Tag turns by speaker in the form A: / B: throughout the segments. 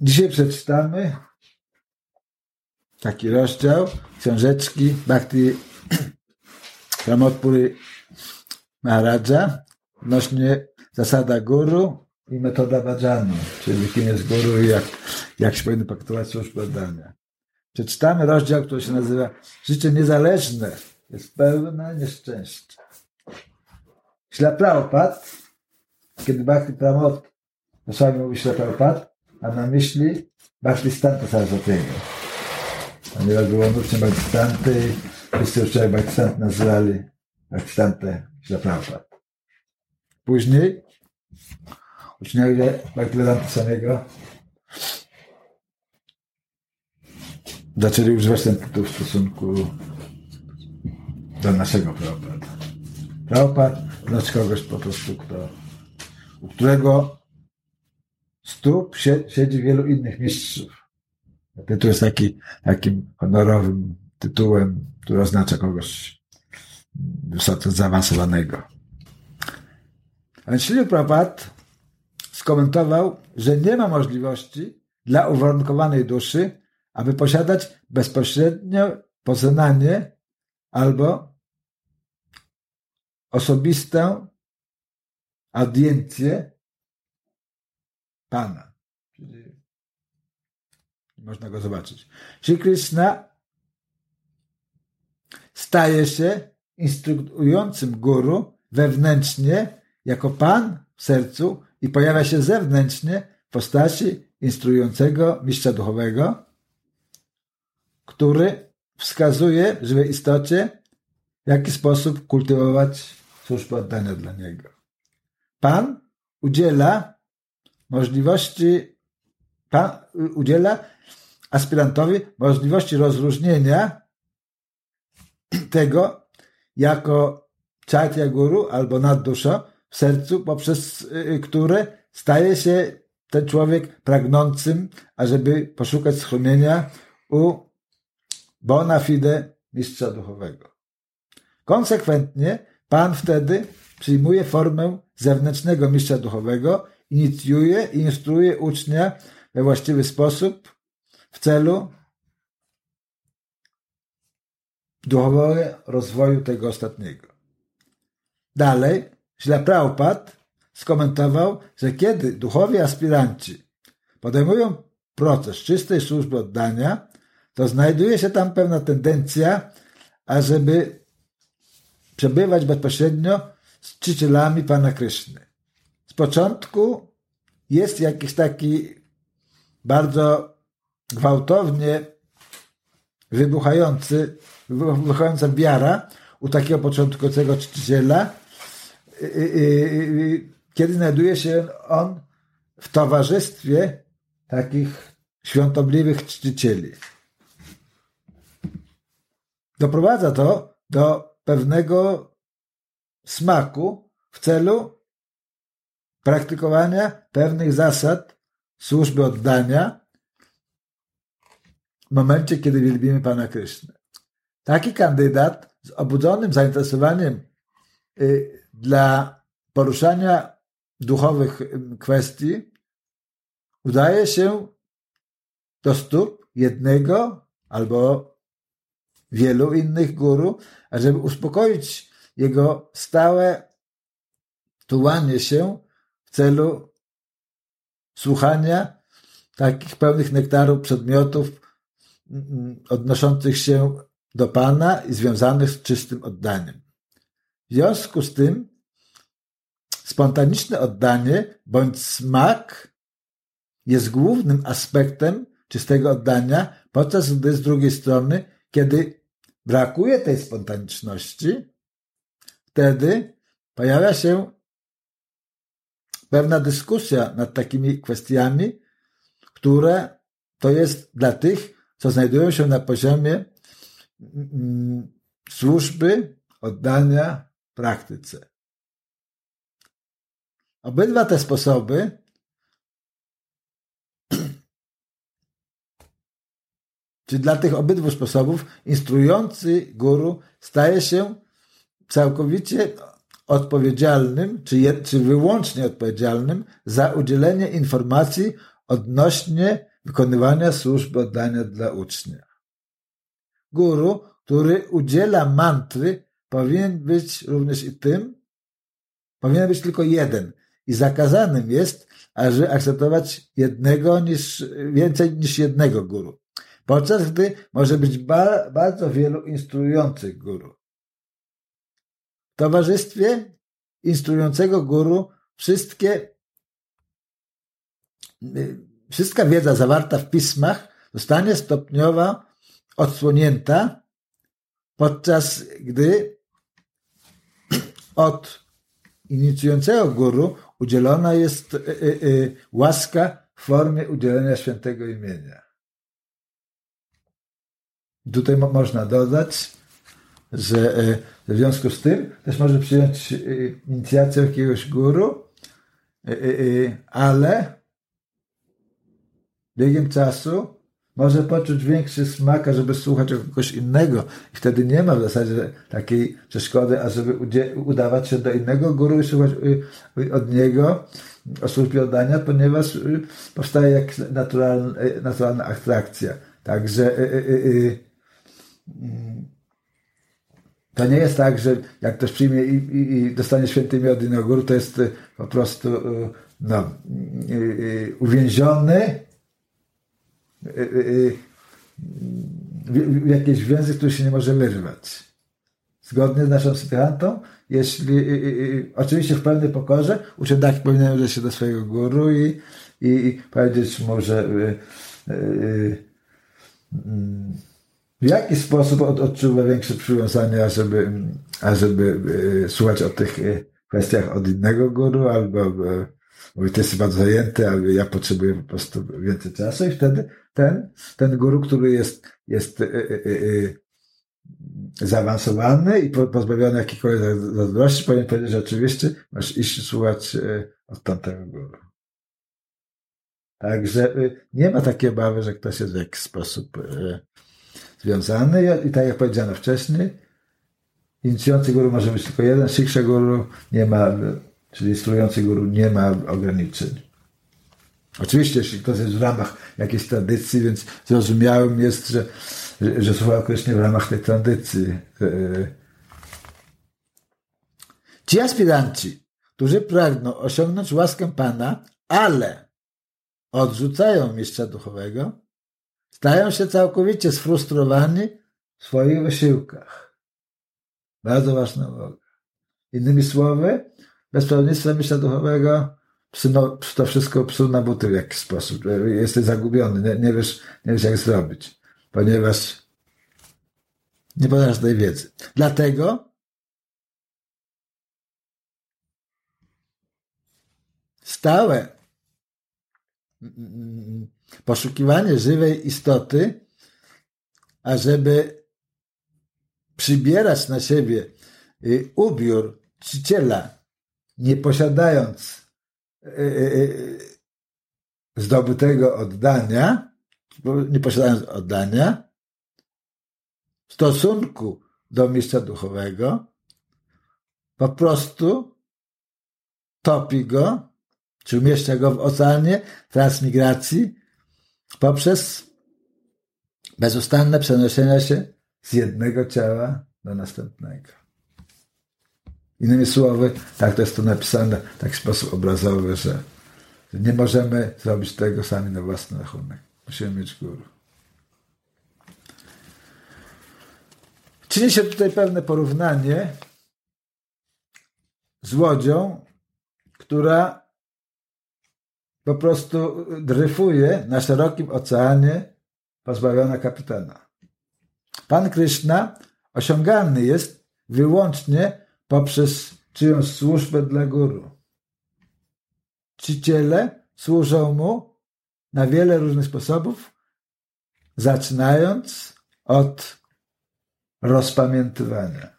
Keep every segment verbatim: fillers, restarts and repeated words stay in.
A: Dzisiaj przeczytamy taki rozdział książeczki Bhakti Pramod Puri Maharaja odnośnie zasada guru i metoda bhajanu, czyli kim jest guru i jak, jak się powinny paktować służby oddania. Przeczytamy rozdział, który się nazywa Życie niezależne jest pełne nieszczęścia. Śla Prabhupada, kiedy Bhakti Pramod Goswami mówi Śla Prabhupada, a na myśli Bhaktisiddhanta Saraswatiego. Ponieważ było uczniem Bhaktisiddhanty i wszyscy uczniowie Bhaktisiddhanty nazywali Bhaktisiddhantę Śla Prabhupada. Później uczniowie Bhaktivedanta samego zaczęli używać ten tytuł w stosunku do naszego Prabhupada. Prabhupada znaczy kogoś po prostu, kto, u którego stóp siedzi wielu innych mistrzów. Tytuł jest taki, takim honorowym tytułem, który oznacza kogoś wysoce zaawansowanego. A więc Śrila Prabhupada skomentował, że nie ma możliwości dla uwarunkowanej duszy, aby posiadać bezpośrednio poznanie albo osobistą audiencję Pana. Czyli można go zobaczyć. Śri Krishna staje się instruującym guru wewnętrznie jako Pan w sercu i pojawia się zewnętrznie w postaci instruującego mistrza duchowego, który wskazuje żywej istocie, w jaki sposób kultywować służbę oddania dla niego. Pan udziela możliwości, Pan udziela aspirantowi możliwości rozróżnienia tego jako Chaitya Guru albo naddusza w sercu, poprzez które staje się ten człowiek pragnącym, ażeby poszukać schronienia u bona fide mistrza duchowego. Konsekwentnie Pan wtedy przyjmuje formę zewnętrznego mistrza duchowego, inicjuje i instruuje ucznia we właściwy sposób w celu duchowego rozwoju tego ostatniego. Dalej Śrila Prabhupada skomentował, że kiedy duchowi aspiranci podejmują proces czystej służby oddania, to znajduje się tam pewna tendencja, ażeby przebywać bezpośrednio z czcicielami Pana Kryszny. Z początku jest jakiś taki bardzo gwałtownie wybuchający, wybuchająca wiara u takiego początkującego czciciela, kiedy znajduje się on w towarzystwie takich świątobliwych czcicieli. Doprowadza to do pewnego smaku w celu praktykowania pewnych zasad służby oddania w momencie, kiedy wielbimy Pana Krysznę. Taki kandydat z obudzonym zainteresowaniem y, dla poruszania duchowych kwestii udaje się do stóp jednego albo wielu innych guru, ażeby uspokoić jego stałe tułanie się w celu słuchania takich pełnych nektaru przedmiotów odnoszących się do Pana i związanych z czystym oddaniem. W związku z tym spontaniczne oddanie bądź smak jest głównym aspektem czystego oddania, podczas gdy z drugiej strony, kiedy brakuje tej spontaniczności, wtedy pojawia się pewna dyskusja nad takimi kwestiami, które to jest dla tych, co znajdują się na poziomie służby oddania w praktyce. Obydwa te sposoby czy dla tych obydwu sposobów instruujący guru staje się całkowicie odpowiedzialnym, czy, czy wyłącznie odpowiedzialnym za udzielenie informacji odnośnie wykonywania służby oddania dla ucznia. Guru, który udziela mantry, powinien być również i tym, powinien być tylko jeden. I zakazanym jest, ażeby akceptować jednego niż, więcej niż jednego guru. Podczas gdy może być ba, bardzo wielu instruujących guru. W towarzystwie instruującego guru wszystkie, wszystka wiedza zawarta w pismach zostanie stopniowo odsłonięta, podczas gdy od inicjującego guru udzielona jest y, y, y, łaska w formie udzielenia świętego imienia. Tutaj mo- można dodać, że y, w związku z tym też może przyjąć y, inicjację jakiegoś guru, y, y, y, ale biegiem czasu może poczuć większy smak, ażeby słuchać kogoś innego. I wtedy nie ma w zasadzie takiej przeszkody, ażeby udzie- udawać się do innego guru i słuchać od niego o służbie oddania, ponieważ powstaje jak naturalna, naturalna atrakcja. Także y, y, y, y, to nie jest tak, że jak ktoś przyjmie i, i, i dostanie święte imię od innego guru, to jest po prostu no, y, y, uwięziony w jakiejś więzy, który się nie może wyrwać. Zgodnie z naszą sytuacją, jeśli oczywiście w pełnej pokorze, uczeń powinien udać się do swojego guru i, i, i powiedzieć mu, że w jaki sposób od, odczuwa większe przywiązanie, ażeby, ażeby słuchać o tych kwestiach od innego guru, albo mówi, ty jesteś bardzo zajęty, albo ja potrzebuję po prostu więcej czasu i wtedy ten, ten guru, który jest, jest y, y, y, zaawansowany i pozbawiony jakiejkolwiek zazdrości, powinien powiedzieć, że oczywiście masz iść słuchać od tamtego guru. Także nie ma takiej obawy, że ktoś jest w jakiś sposób związany i tak jak powiedziano wcześniej, inicjujący guru może być tylko jeden, shiksha guru nie ma, czyli instruujący guru nie ma ograniczeń. Oczywiście, jeśli ktoś jest w ramach jakiejś tradycji, więc zrozumiałym jest, że, że, że słucha określenie w ramach tej tradycji. Ci aspiranci, którzy pragną osiągnąć łaskę Pana, ale odrzucają mistrza duchowego, stają się całkowicie sfrustrowani w swoich wysiłkach. Bardzo ważna uwaga. Innymi słowy, bez pełnictwa mistrza duchowego Psuno, to wszystko psuł na buty w jakiś sposób. Jesteś zagubiony, nie, nie, wiesz, nie wiesz jak zrobić, ponieważ nie poznasz tej wiedzy. Dlatego stałe poszukiwanie żywej istoty, ażeby przybierać na siebie ubiór czciciela, nie posiadając zdobytego oddania, nie posiadając oddania, w stosunku do mistrza duchowego, po prostu topi go, czy umieszcza go w oceanie transmigracji poprzez bezustanne przenoszenie się z jednego ciała do następnego. Innymi słowy, tak to jest tu napisane w taki sposób obrazowy, że nie możemy zrobić tego sami na własny rachunek. Musimy mieć guru. Czyni się tutaj pewne porównanie z łodzią, która po prostu dryfuje na szerokim oceanie pozbawiona kapitana. Pan Kryszna osiągalny jest wyłącznie poprzez czyjąś służbę dla guru. Czciciele służą mu na wiele różnych sposobów, zaczynając od rozpamiętywania.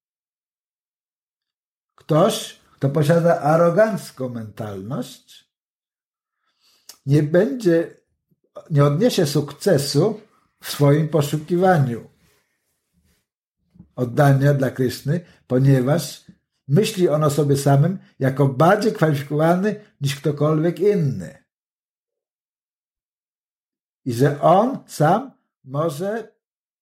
A: Ktoś, kto posiada arogancką mentalność, nie będzie, nie odniesie sukcesu w swoim poszukiwaniu oddania dla Kryszny, ponieważ myśli on o sobie samym jako bardziej kwalifikowany niż ktokolwiek inny. i że on sam może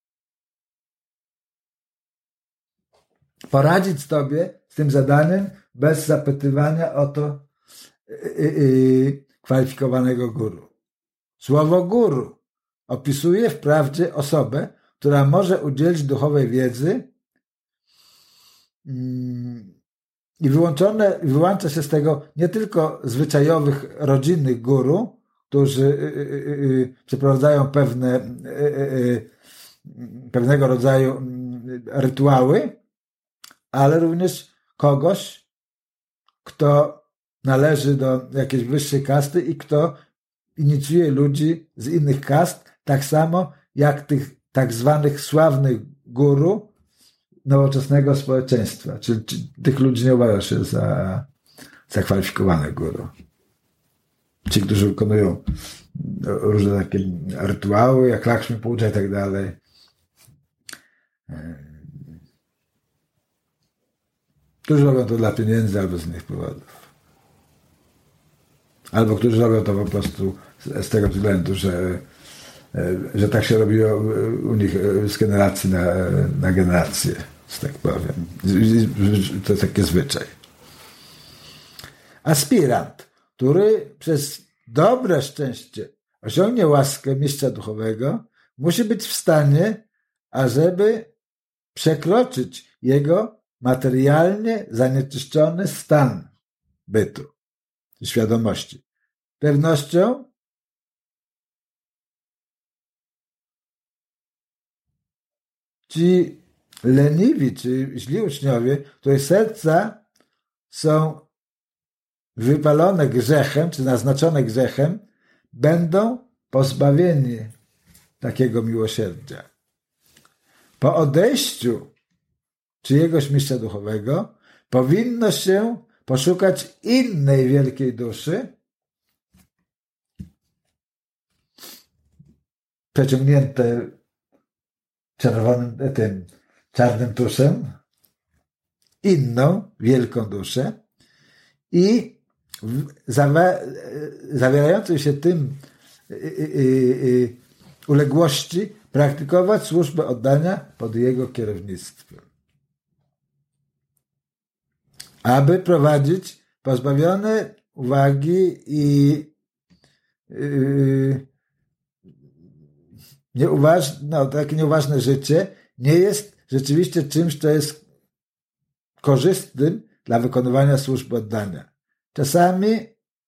A: poradzić tobie z tym zadaniem bez zapytywania o to yy, yy, kwalifikowanego guru. Słowo guru opisuje wprawdzie osobę, która może udzielić duchowej wiedzy yy, i wyłączone, wyłącza się z tego nie tylko zwyczajowych, rodzinnych guru, którzy yy, yy, przeprowadzają pewne, yy, yy, pewnego rodzaju rytuały, ale również kogoś, kto należy do jakiejś wyższej kasty i kto inicjuje ludzi z innych kast, tak samo jak tych tak zwanych sławnych guru nowoczesnego społeczeństwa. Czyli, czyli tych ludzi nie uważa się za zakwalifikowanych guru. Ci, którzy wykonują różne takie rytuały, jak Lakshmi Puja i tak dalej. Którzy robią to dla pieniędzy albo z innych powodów. Albo którzy robią to po prostu z, z tego względu, że, że tak się robiło u nich z generacji na, na generację, że tak powiem. To jest taki zwyczaj. Aspirant, który przez dobre szczęście osiągnie łaskę mistrza duchowego, musi być w stanie, ażeby przekroczyć jego materialnie zanieczyszczony stan bytu, świadomości. Pewnością ci leniwi, czy źli uczniowie, których serca są wypalone grzechem, czy naznaczone grzechem, będą pozbawieni takiego miłosierdzia. Po odejściu czyjegoś mistrza duchowego powinno się poszukać innej wielkiej duszy, przeciągnięte czerwonym, tym czarnym tuszem, inną wielką duszę i zawierającą się tym uległości praktykować służbę oddania pod jego kierownictwem. Aby prowadzić pozbawione uwagi i yy, nieuważ, no, takie nieuważne życie nie jest rzeczywiście czymś, co jest korzystnym dla wykonywania służby oddania. Czasami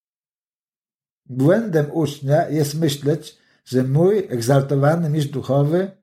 A: błędem ucznia jest myśleć, że mój egzaltowany mistrz duchowy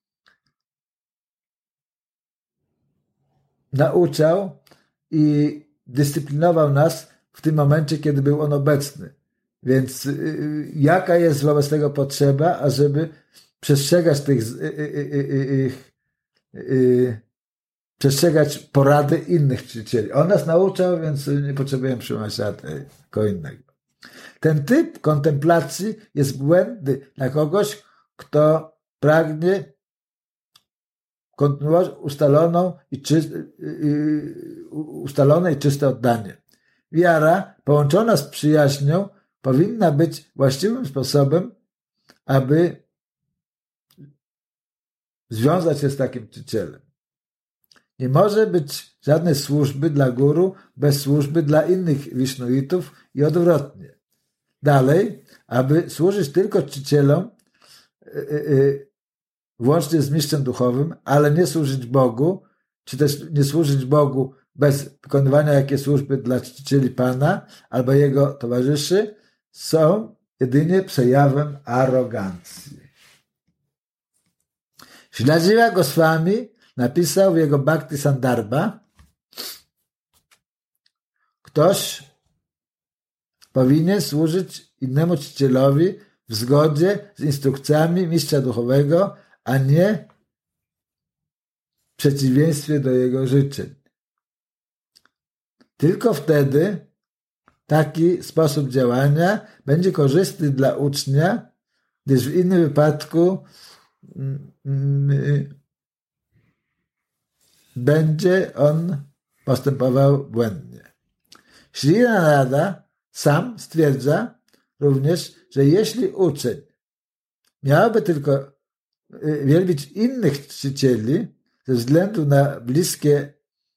A: nauczał i dyscyplinował nas w tym momencie, kiedy był on obecny. Więc yy, jaka jest wobec tego potrzeba, ażeby przestrzegać tych yy, yy, yy, yy, przestrzegać porady innych czcicieli. On nas nauczał, więc nie potrzebujemy przyjmować żadnego innego. Ten typ kontemplacji jest błędny dla kogoś, kto pragnie kontynuować ustaloną i czy, yy, ustalone i czyste oddanie. Wiara połączona z przyjaźnią powinna być właściwym sposobem, aby związać się z takim czcicielem. Nie może być żadnej służby dla guru bez służby dla innych wisznuitów i odwrotnie. Dalej, aby służyć tylko czcicielom, yy, yy, włącznie z mistrzem duchowym, ale nie służyć Bogu, czy też nie służyć Bogu bez wykonywania jakiejś służby dla czcicieli Pana albo jego towarzyszy, są jedynie przejawem arogancji. Śledziła Goswami napisał w jego Bhakti Sandarbha: ktoś powinien służyć innemu czcicielowi w zgodzie z instrukcjami mistrza duchowego, a nie w przeciwieństwie do jego życzeń. Tylko wtedy taki sposób działania będzie korzystny dla ucznia, gdyż w innym wypadku będzie on postępował błędnie. Śri Narada sam stwierdza również, że jeśli uczeń miałoby tylko wielbić innych czcicieli ze względu na bliskie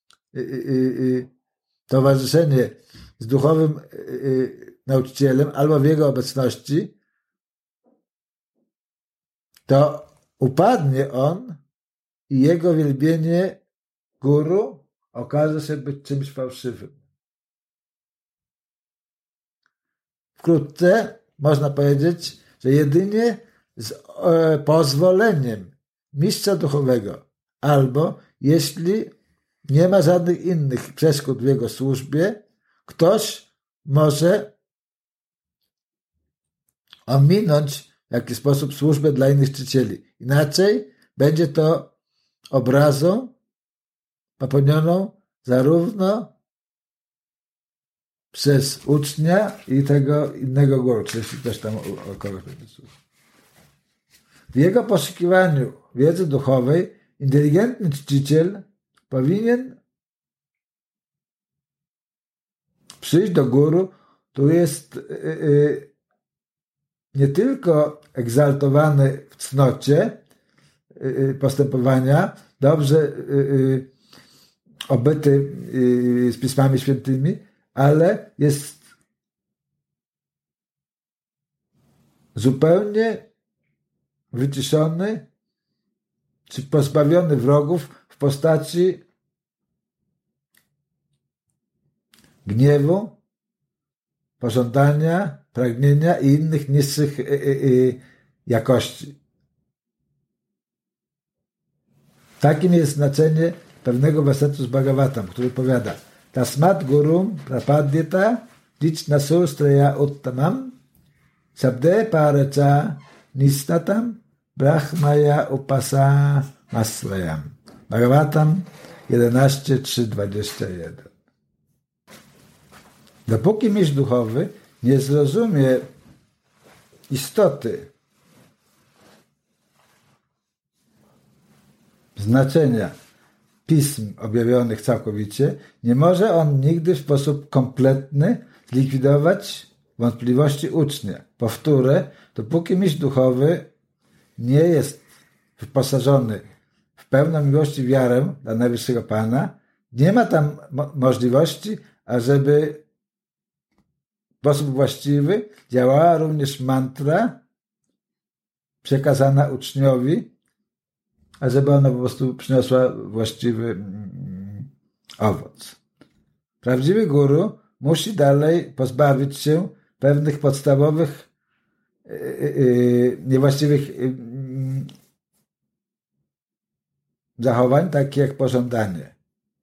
A: towarzyszenie z duchowym nauczycielem albo w jego obecności, to upadnie on i jego wielbienie guru okaże się być czymś fałszywym. Wkrótce można powiedzieć, że jedynie z e, pozwoleniem mistrza duchowego albo jeśli nie ma żadnych innych przeszkód w jego służbie, ktoś może ominąć w jakiś sposób służbę dla innych czcicieli. Inaczej będzie to obrazą popełnioną zarówno przez ucznia i tego innego guru, czy jeśli ktoś tam o kogoś będzie słuchał. W jego poszukiwaniu wiedzy duchowej inteligentny czciciel powinien przyjść do guru, który jest yy, nie tylko egzaltowany w cnocie yy, postępowania, dobrze yy, obyty yy, z pismami świętymi, ale jest zupełnie wyciszony czy pozbawiony wrogów w postaci gniewu, pożądania, pragnienia i innych niższych y, y, y, jakości. Takim jest znaczenie pewnego wersetu z Bhagavatam, który powiada: Tasmat gurum prapadyta lichna sustraya uttamam sabde paracha nisnatam brahmaya upasa maslayam. Bhagavatam jedenaście, trzy, dwadzieścia jeden. Dopóki mistrz duchowy nie zrozumie istoty znaczenia pism objawionych całkowicie, nie może on nigdy w sposób kompletny zlikwidować wątpliwości ucznia. Powtórzę, dopóki mistrz duchowy nie jest wyposażony w pełną miłość i wiarę dla Najwyższego Pana, nie ma tam mo- możliwości, ażeby w sposób właściwy działała również mantra przekazana uczniowi, ażeby ona po prostu przyniosła właściwy mm, owoc. Prawdziwy guru musi dalej pozbawić się pewnych podstawowych yy, yy, niewłaściwych yy, zachowań, takich jak pożądanie.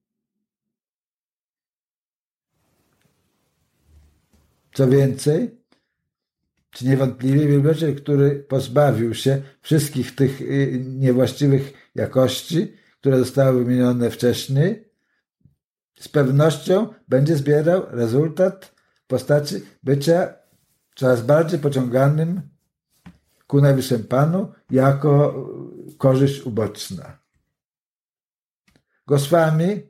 A: Co więcej, czy niewątpliwie wielbiciel, który pozbawił się wszystkich tych niewłaściwych jakości, które zostały wymienione wcześniej, z pewnością będzie zbierał rezultat w postaci bycia coraz bardziej pociąganym ku Najwyższemu Panu jako korzyść uboczna. Goswami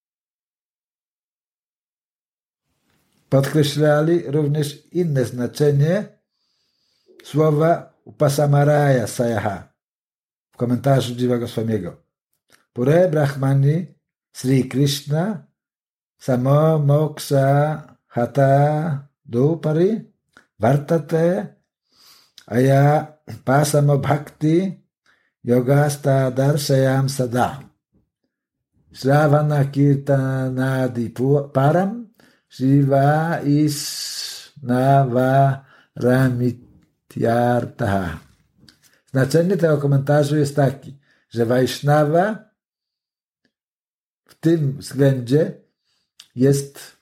A: podkreślali również inne znaczenie słowa upasamaraya sayaha w komentarzu Dziwa Goswamiego. Pure Brahmani Sri Krishna samo moksha hata dupari vartate aya pasamo bhakti yogasta darshayam sada Shravana kirtanadi param Shiva isnava ramityartaha. Znaczenie tego komentarzu jest taki, że Vaishnava w tym względzie jest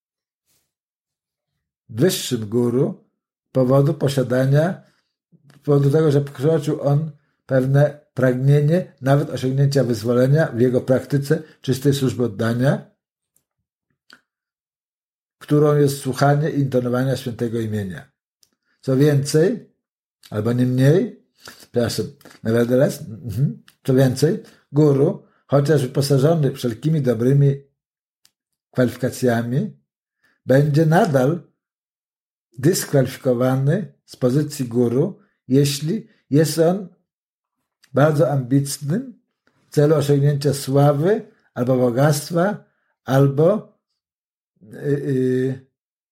A: wyższym guru z powodu posiadania, z powodu tego, że przekroczył on pewne pragnienie, nawet osiągnięcia wyzwolenia w jego praktyce czystej służby oddania, którą jest słuchanie i intonowanie świętego imienia. Co więcej, albo nie mniej, przepraszam, nevertheless, co więcej, guru, chociaż wyposażony wszelkimi dobrymi kwalifikacjami, będzie nadal dyskwalifikowany z pozycji guru, jeśli jest on bardzo ambitny w celu osiągnięcia sławy albo bogactwa, albo yy,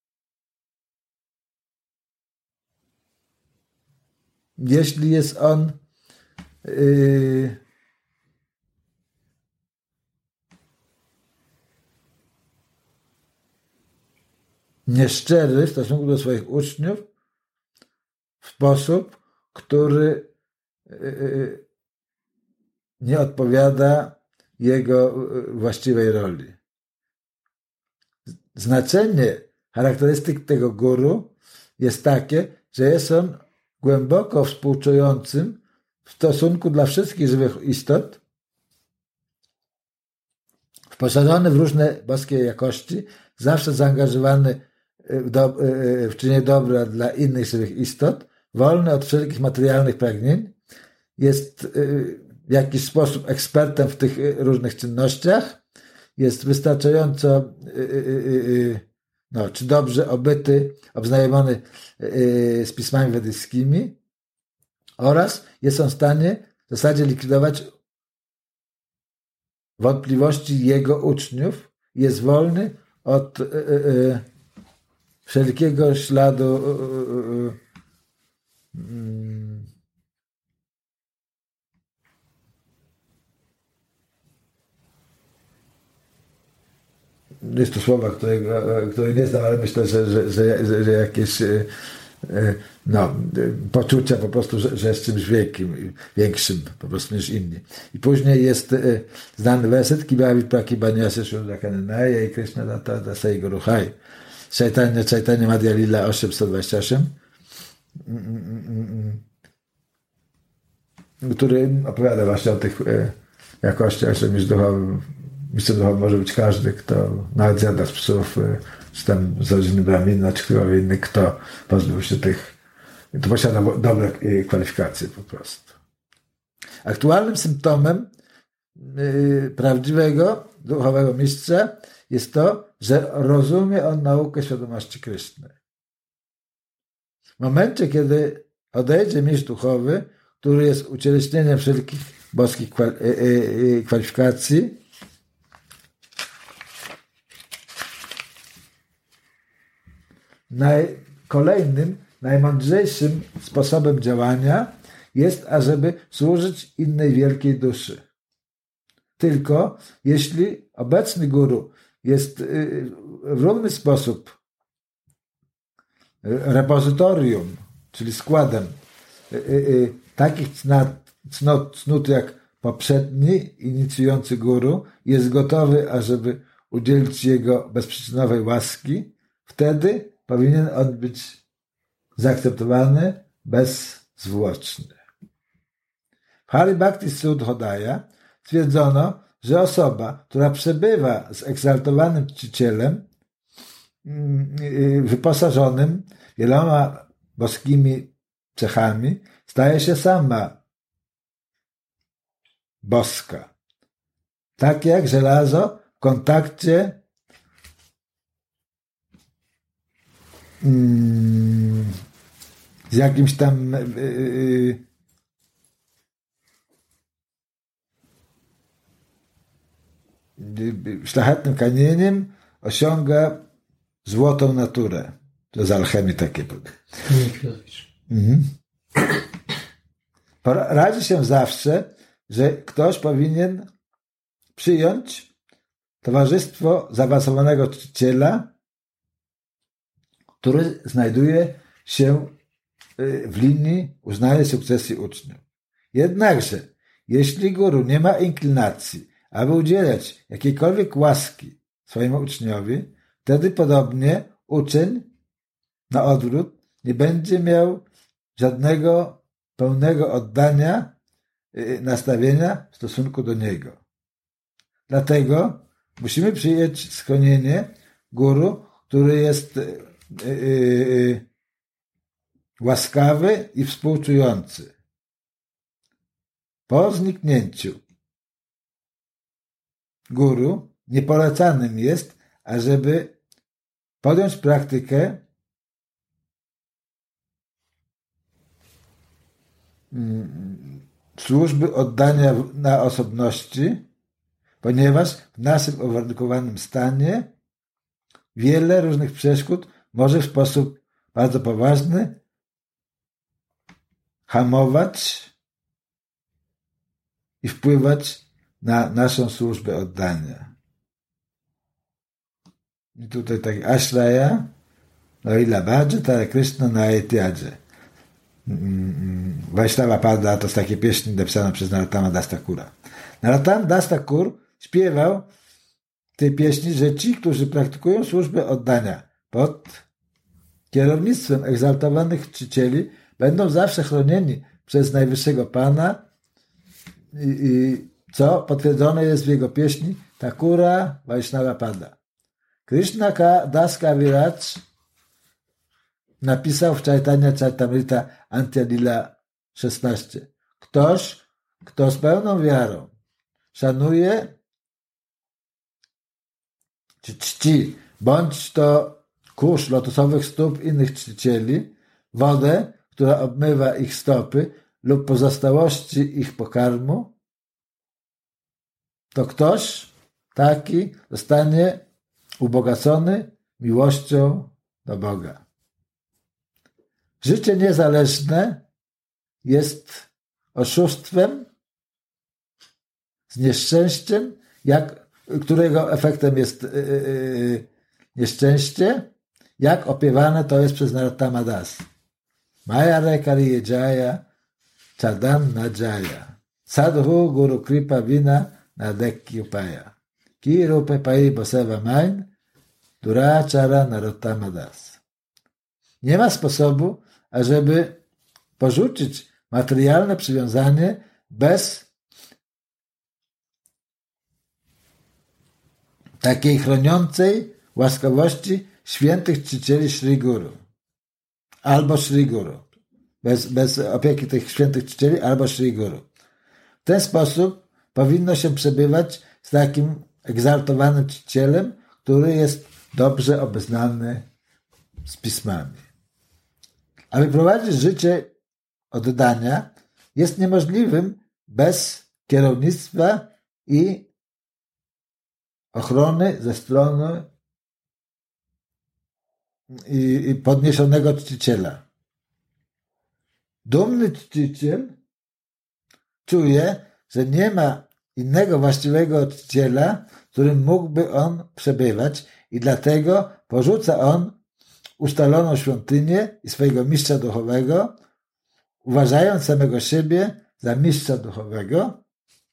A: jeśli jest on yy, nieszczery w stosunku do swoich uczniów w sposób, który yy, nie odpowiada jego właściwej roli. Znaczenie charakterystyk tego guru jest takie, że jest on głęboko współczującym w stosunku dla wszystkich żywych istot, wyposażony w różne boskie jakości, zawsze zaangażowany w, do, w czynienie dobra dla innych żywych istot, wolny od wszelkich materialnych pragnień, jest w jakiś sposób ekspertem w tych różnych czynnościach, jest wystarczająco no, czy dobrze obyty, obznajomiony z pismami wedyjskimi oraz jest on w stanie w zasadzie likwidować wątpliwości jego uczniów, jest wolny od wszelkiego śladu jest to słowa, którego, które nie znam, ale myślę, że, że, że, że jakieś no, poczucia po prostu, że, że jest czymś wielkim, większym po prostu niż inni. I później jest znany werset Kibavi Praki Banyasya Shurdakananaya i Krishna Data Dasai Guruhai. Chaitanya Chaitanya Madhya Lila osiemset dwadzieścia osiem, który opowiada właśnie o tych jakościach, że mistrz duchowy, mistrzem duchowym może być każdy, kto nawet zjada z psów, czy tam z rodziny Brahmina, czy ktokolwiek inny, kto pozbył się tych, to posiada dobre kwalifikacje po prostu. Aktualnym symptomem yy, prawdziwego duchowego mistrza jest to, że rozumie on naukę świadomości Kryszny. W momencie, kiedy odejdzie mistrz duchowy, który jest ucieleśnieniem wszelkich boskich kwalifikacji, naj, kolejnym, najmądrzejszym sposobem działania jest, ażeby służyć innej wielkiej duszy. Tylko jeśli obecny guru jest w równy sposób repozytorium, czyli składem takich cnot, cnót jak poprzedni inicjujący guru, jest gotowy, ażeby udzielić jego bezprzyczynowej łaski, wtedy powinien on być zaakceptowany bezzwłoczny. W Hari Bhakti Sudhodaya stwierdzono, że osoba, która przebywa z egzaltowanym czcicielem, wyposażonym wieloma boskimi cechami, staje się sama boska. Tak jak żelazo w kontakcie z jakimś tam szlachetnym kamieniem osiąga złotą naturę. To z alchemii takie. Mhm. Radzi się zawsze, że ktoś powinien przyjąć towarzystwo zaawansowanego czciciela, który znajduje się w linii uznanej sukcesji uczniów. Jednakże, jeśli guru nie ma inklinacji, aby udzielać jakiejkolwiek łaski swojemu uczniowi, wtedy podobnie uczeń na odwrót nie będzie miał żadnego pełnego oddania, nastawienia w stosunku do niego. Dlatego musimy przyjąć schronienie guru, który jest yy, łaskawy i współczujący. Po zniknięciu guru niepolecanym jest, ażeby podjąć praktykę służby oddania na osobności, ponieważ w naszym uwarunkowanym stanie wiele różnych przeszkód może w sposób bardzo poważny hamować i wpływać na naszą służbę oddania. I tutaj tak Ashraya, no i Labadże, Tara Krishna na Etiadże. Vaishnava Pada to jest takie pieśni napisane przez Narottama Das Thakura. Narottam Das Thakur śpiewał w tej pieśni, że ci, którzy praktykują służbę oddania pod kierownictwem egzaltowanych czcicieli, będą zawsze chronieni przez Najwyższego Pana, i, i co potwierdzone jest w jego pieśni Thakura Vaishnava Pada. Krishna Das Kaviraj napisał w Chaitanya Charitamrita Antya-lila szesnaście. Ktoś, kto z pełną wiarą szanuje czy czci, bądź to kurz lotosowych stóp innych czcicieli, wodę, która obmywa ich stopy lub pozostałości ich pokarmu, to ktoś taki zostanie ubogacony miłością do Boga. Życie niezależne jest oszustwem, z nieszczęściem, jak, którego efektem jest yy, nieszczęście, jak opiewane to jest przez Narottama Das. Maya rekari jaya, chadan najaya, sadhu guru kripa vina nadekki upaya, ki rupe pai boseva main, durachara Narottama Das. Nie ma sposobu, ażeby porzucić materialne przywiązanie bez takiej chroniącej łaskawości świętych czcicieli Sri Guru albo Sri Guru. Bez, bez opieki tych świętych czcicieli albo Sri Guru. W ten sposób powinno się przebywać z takim egzaltowanym czcicielem, który jest dobrze obeznany z pismami. Aby prowadzić życie oddania jest niemożliwym bez kierownictwa i ochrony ze strony i, i podniesionego czciciela. Dumny czciciel czuje, że nie ma innego właściwego czciciela, w którym mógłby on przebywać, i dlatego porzuca on ustaloną świątynię i swojego mistrza duchowego, uważając samego siebie za mistrza duchowego,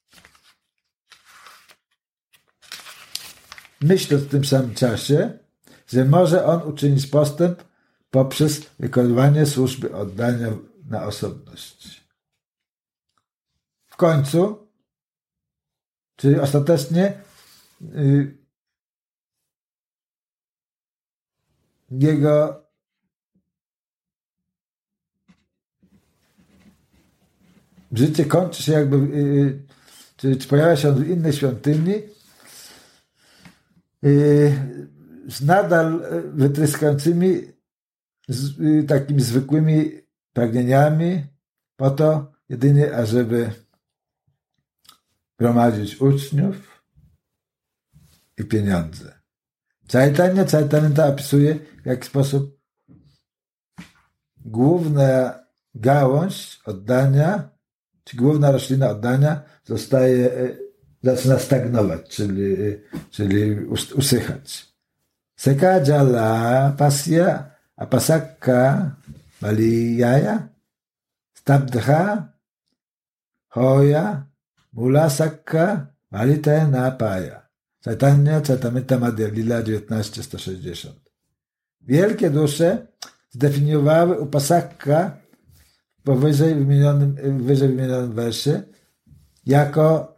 A: myśląc w tym samym czasie, że może on uczynić postęp poprzez wykonywanie służby oddania na osobność. W końcu, czyli ostatecznie, yy, jego życie kończy się jakby, yy, czy, czy pojawia się on w innej świątyni, yy, z nadal wytryskającymi z, yy, takimi zwykłymi pragnieniami, po to jedynie, ażeby gromadzić uczniów i pieniądze. Chaitanya Charitamrita opisuje, w jaki sposób główna gałąź oddania, czy główna roślina oddania zostaje, zaczyna stagnować, czyli, czyli usychać. Seka jala pasya apasakka maliyaya stabdha hoya mulasakka malitena paya. Chaitanya Charitamrita Madhya-lila dziewiętnaście sto sześćdziesiąt. Wielkie dusze zdefiniowały upasakka w powyżej wymienionym, wyżej wymienionym wersie jako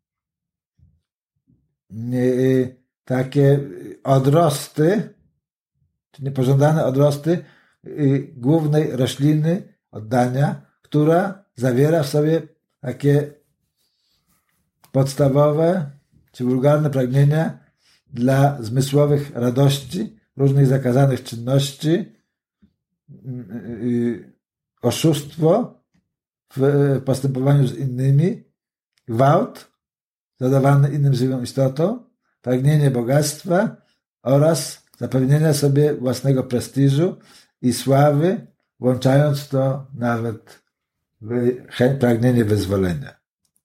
A: y, takie odrosty, czy niepożądane odrosty y, głównej rośliny oddania, która zawiera w sobie takie podstawowe czy wulgarne pragnienia dla zmysłowych radości, różnych zakazanych czynności, oszustwo w postępowaniu z innymi, gwałt zadawany innym żywym istotom, pragnienie bogactwa oraz zapewnienia sobie własnego prestiżu i sławy, włączając to nawet w pragnienie wyzwolenia.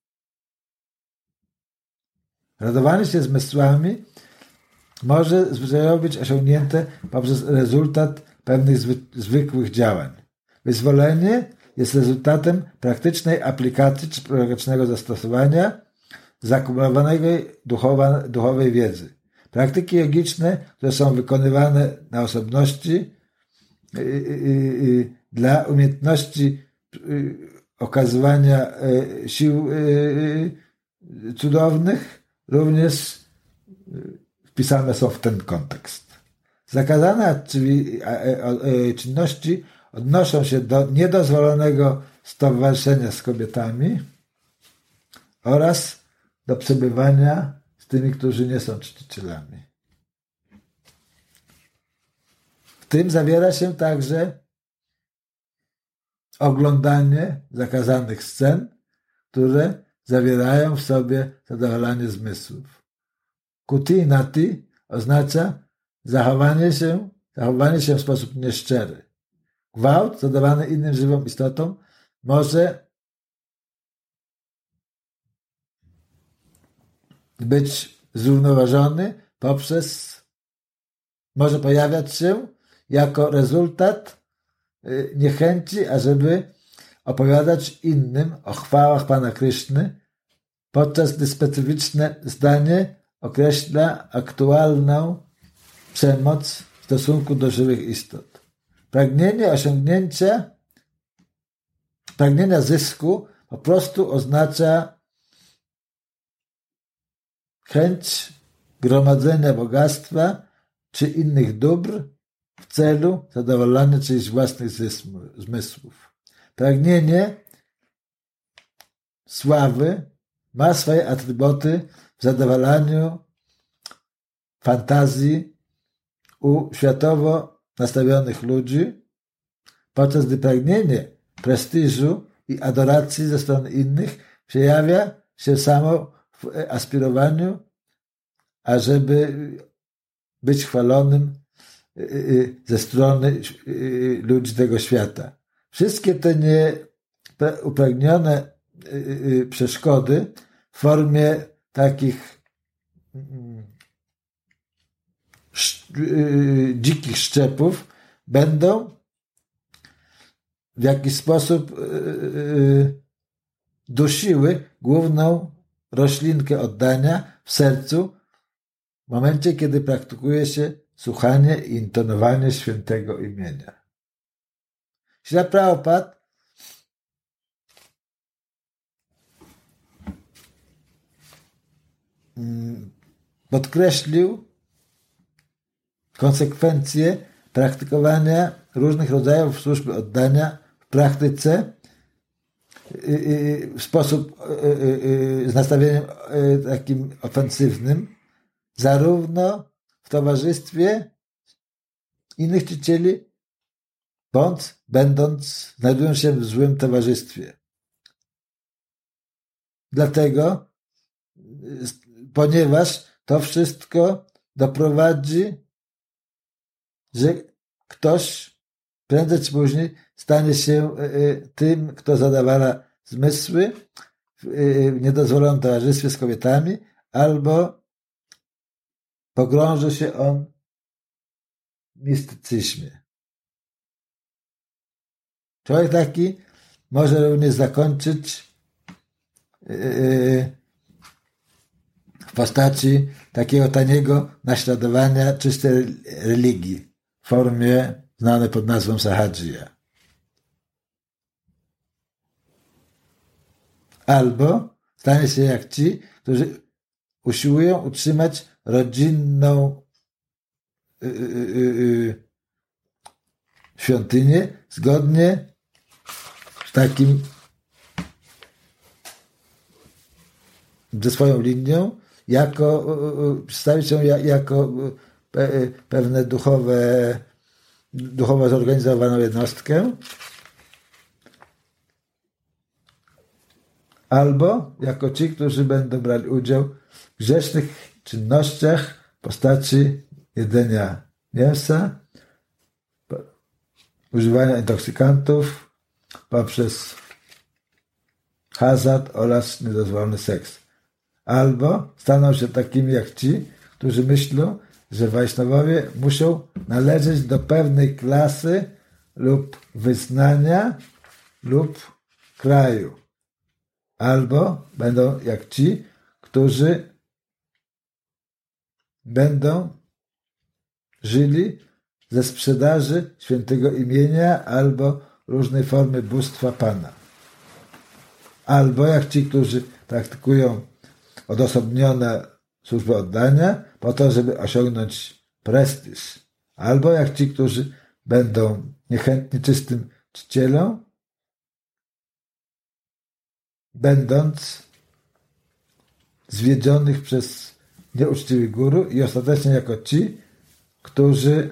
A: Radowanie się zmysłami może zwyczajowo być osiągnięte poprzez rezultat pewnych zwykłych działań. Wyzwolenie jest rezultatem praktycznej aplikacji czy praktycznego zastosowania zakumulowanej duchowa, duchowej wiedzy. Praktyki jogiczne, które są wykonywane na osobności yy, yy, yy, dla umiejętności yy, okazywania yy, sił yy, cudownych, również yy, wpisane są w ten kontekst. Zakazane czyli, yy, czynności odnoszą się do niedozwolonego stowarzyszenia z kobietami oraz do przebywania z tymi, którzy nie są czcicielami. W tym zawiera się także oglądanie zakazanych scen, które zawierają w sobie zadowalanie zmysłów. Kuti nati oznacza zachowanie się, zachowanie się w sposób nieszczery. Gwałt zadawany innym żywym istotom może być zrównoważony poprzez, może pojawiać się jako rezultat niechęci, ażeby opowiadać innym o chwałach Pana Kryszny, podczas gdy specyficzne zdanie określa aktualną przemoc w stosunku do żywych istot. Pragnienie osiągnięcia, pragnienia zysku po prostu oznacza chęć gromadzenia bogactwa czy innych dóbr w celu zadowolenia czyichś własnych zmysłów. Pragnienie sławy ma swoje atrybuty w zadowalaniu fantazji u światowo nastawionych ludzi, podczas gdy pragnienie prestiżu i adoracji ze strony innych przejawia się samo w aspirowaniu, ażeby być chwalonym ze strony ludzi tego świata. Wszystkie te nieuprawnione przeszkody w formie takich dzikich szczepów będą w jakiś sposób dusiły główną roślinkę oddania w sercu w momencie, kiedy praktykuje się słuchanie i intonowanie świętego imienia. Śrila Prabhupada podkreślił konsekwencje praktykowania różnych rodzajów służby oddania w praktyce w sposób z nastawieniem takim ofensywnym, zarówno w towarzystwie innych czcicieli, bądź będąc, znajdując się w złym towarzystwie. Dlatego, ponieważ to wszystko doprowadzi, że ktoś prędzej czy później stanie się tym, kto zadawala zmysły w niedozwolonym towarzystwie z kobietami, albo pogrąży się on w mistycyzmie. Człowiek taki może również zakończyć w postaci takiego taniego naśladowania czystej religii w formie znanej pod nazwą sahajya. Albo stanie się jak ci, którzy usiłują utrzymać rodzinną yy, yy, yy, świątynię zgodnie z takim ze swoją linią, jako przedstawić ją jako pewne duchowe, duchowo zorganizowaną jednostkę, albo jako ci, którzy będą brali udział w grzesznych czynnościach w postaci jedzenia mięsa, używania intoksykantów poprzez hazard oraz niedozwolony seks. Albo staną się takimi jak ci, którzy myślą, że Wajsznawowie muszą należeć do pewnej klasy lub wyznania lub kraju. Albo będą jak ci, którzy będą żyli ze sprzedaży świętego imienia albo różnej formy bóstwa Pana. Albo jak ci, którzy praktykują odosobnione służby oddania po to, żeby osiągnąć prestiż. Albo jak ci, którzy będą niechętnie czystym czcicielom, będąc zwiedzionych przez nieuczciwych guru i ostatecznie jako ci, którzy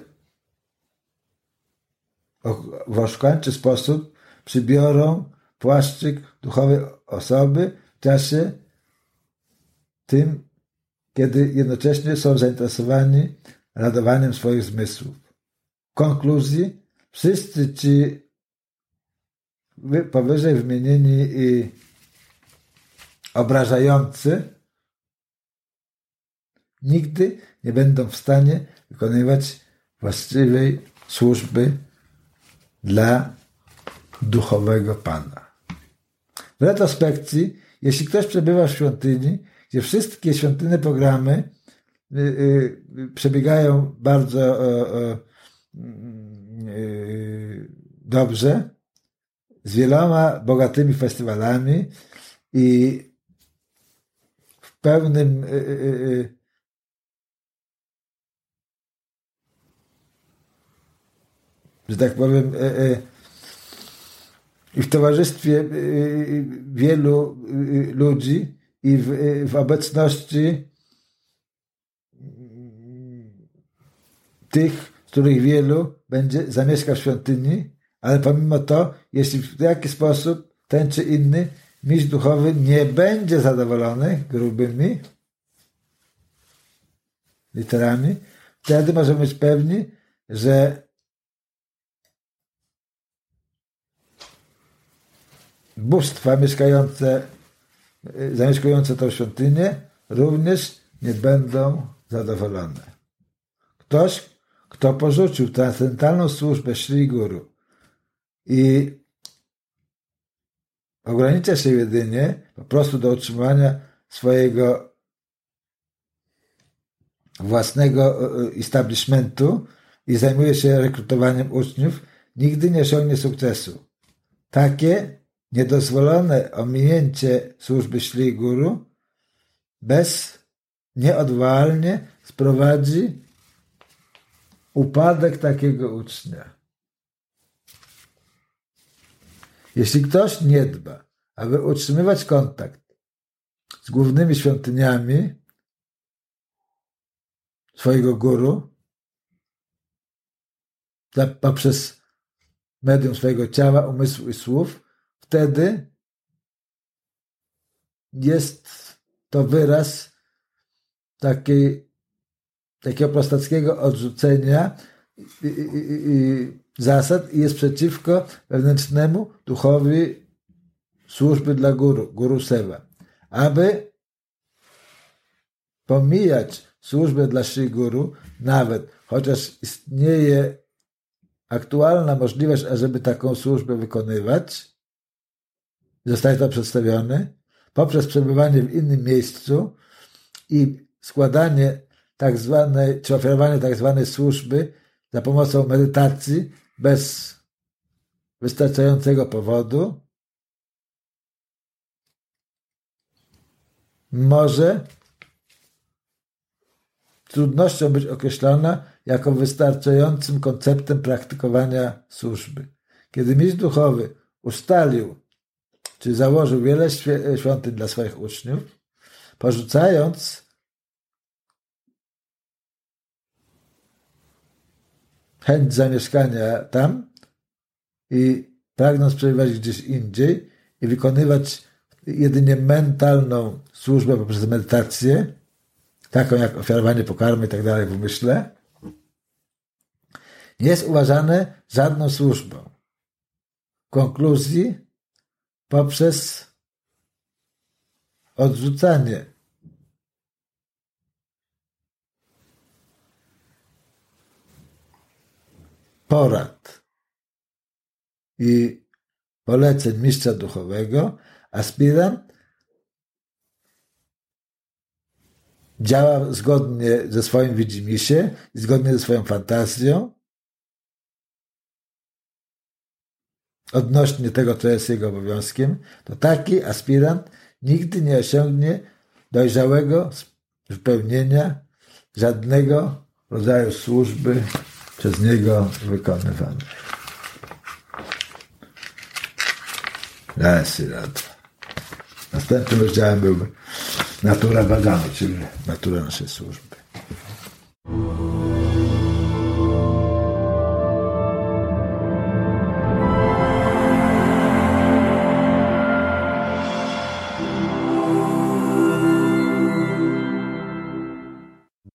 A: w oszukańczy sposób przybiorą płaszczyk duchowej osoby w czasie tym, kiedy jednocześnie są zainteresowani radowaniem swoich zmysłów. W konkluzji wszyscy ci powyżej wymienieni i obrażający nigdy nie będą w stanie wykonywać właściwej służby dla duchowego Pana. W retrospekcji, jeśli ktoś przebywa w świątyni, gdzie wszystkie świątynne programy y, y, przebiegają bardzo y, y, dobrze, z wieloma bogatymi festiwalami i w pełnym y, y, że tak powiem, i w towarzystwie wielu ludzi i w, w obecności tych, z których wielu będzie zamieszkał w świątyni, ale pomimo to, jeśli w jakiś sposób ten czy inny mistrz duchowy nie będzie zadowolony grubymi literami, wtedy możemy być pewni, że bóstwa mieszkające, zamieszkujące tą świątynię również nie będą zadowolone. Ktoś, kto porzucił transcendentalną służbę Shri Guru i ogranicza się jedynie po prostu do utrzymywania swojego własnego establishmentu i zajmuje się rekrutowaniem uczniów, nigdy nie osiągnie sukcesu. Takie niedozwolone ominięcie służby Shri Guru bez nieodwołalnie sprowadzi upadek takiego ucznia. Jeśli ktoś nie dba, aby utrzymywać kontakt z głównymi świątyniami swojego guru poprzez medium swojego ciała, umysłu i słów, wtedy jest to wyraz takiej, takiego prostackiego odrzucenia i, i, i zasad i jest przeciwko wewnętrznemu duchowi służby dla guru, guru seva. Aby pomijać służbę dla Shri Guru, nawet chociaż istnieje aktualna możliwość, ażeby taką służbę wykonywać, zostaje to przedstawione poprzez przebywanie w innym miejscu i składanie tak zwanej, czy ofiarowanie tak zwanej służby za pomocą medytacji bez wystarczającego powodu może z trudnością być określona jako wystarczającym konceptem praktykowania służby. Kiedy mistrz duchowy ustalił, czy założył wiele świątyń dla swoich uczniów, porzucając chęć zamieszkania tam i pragnąc przebywać gdzieś indziej i wykonywać jedynie mentalną służbę poprzez medytację, taką jak ofiarowanie pokarmu i tak dalej w umyśle, nie jest uważane żadną służbą. W konkluzji poprzez odrzucanie porad i poleceń mistrza duchowego, aspirant działa zgodnie ze swoim widzimisię i zgodnie ze swoją fantazją odnośnie tego, co jest jego obowiązkiem, to taki aspirant nigdy nie osiągnie dojrzałego wypełnienia żadnego rodzaju służby przez niego wykonywanej. Raz i rad. Następnym rozdziałem byłby natura badana, czyli natura naszej służby.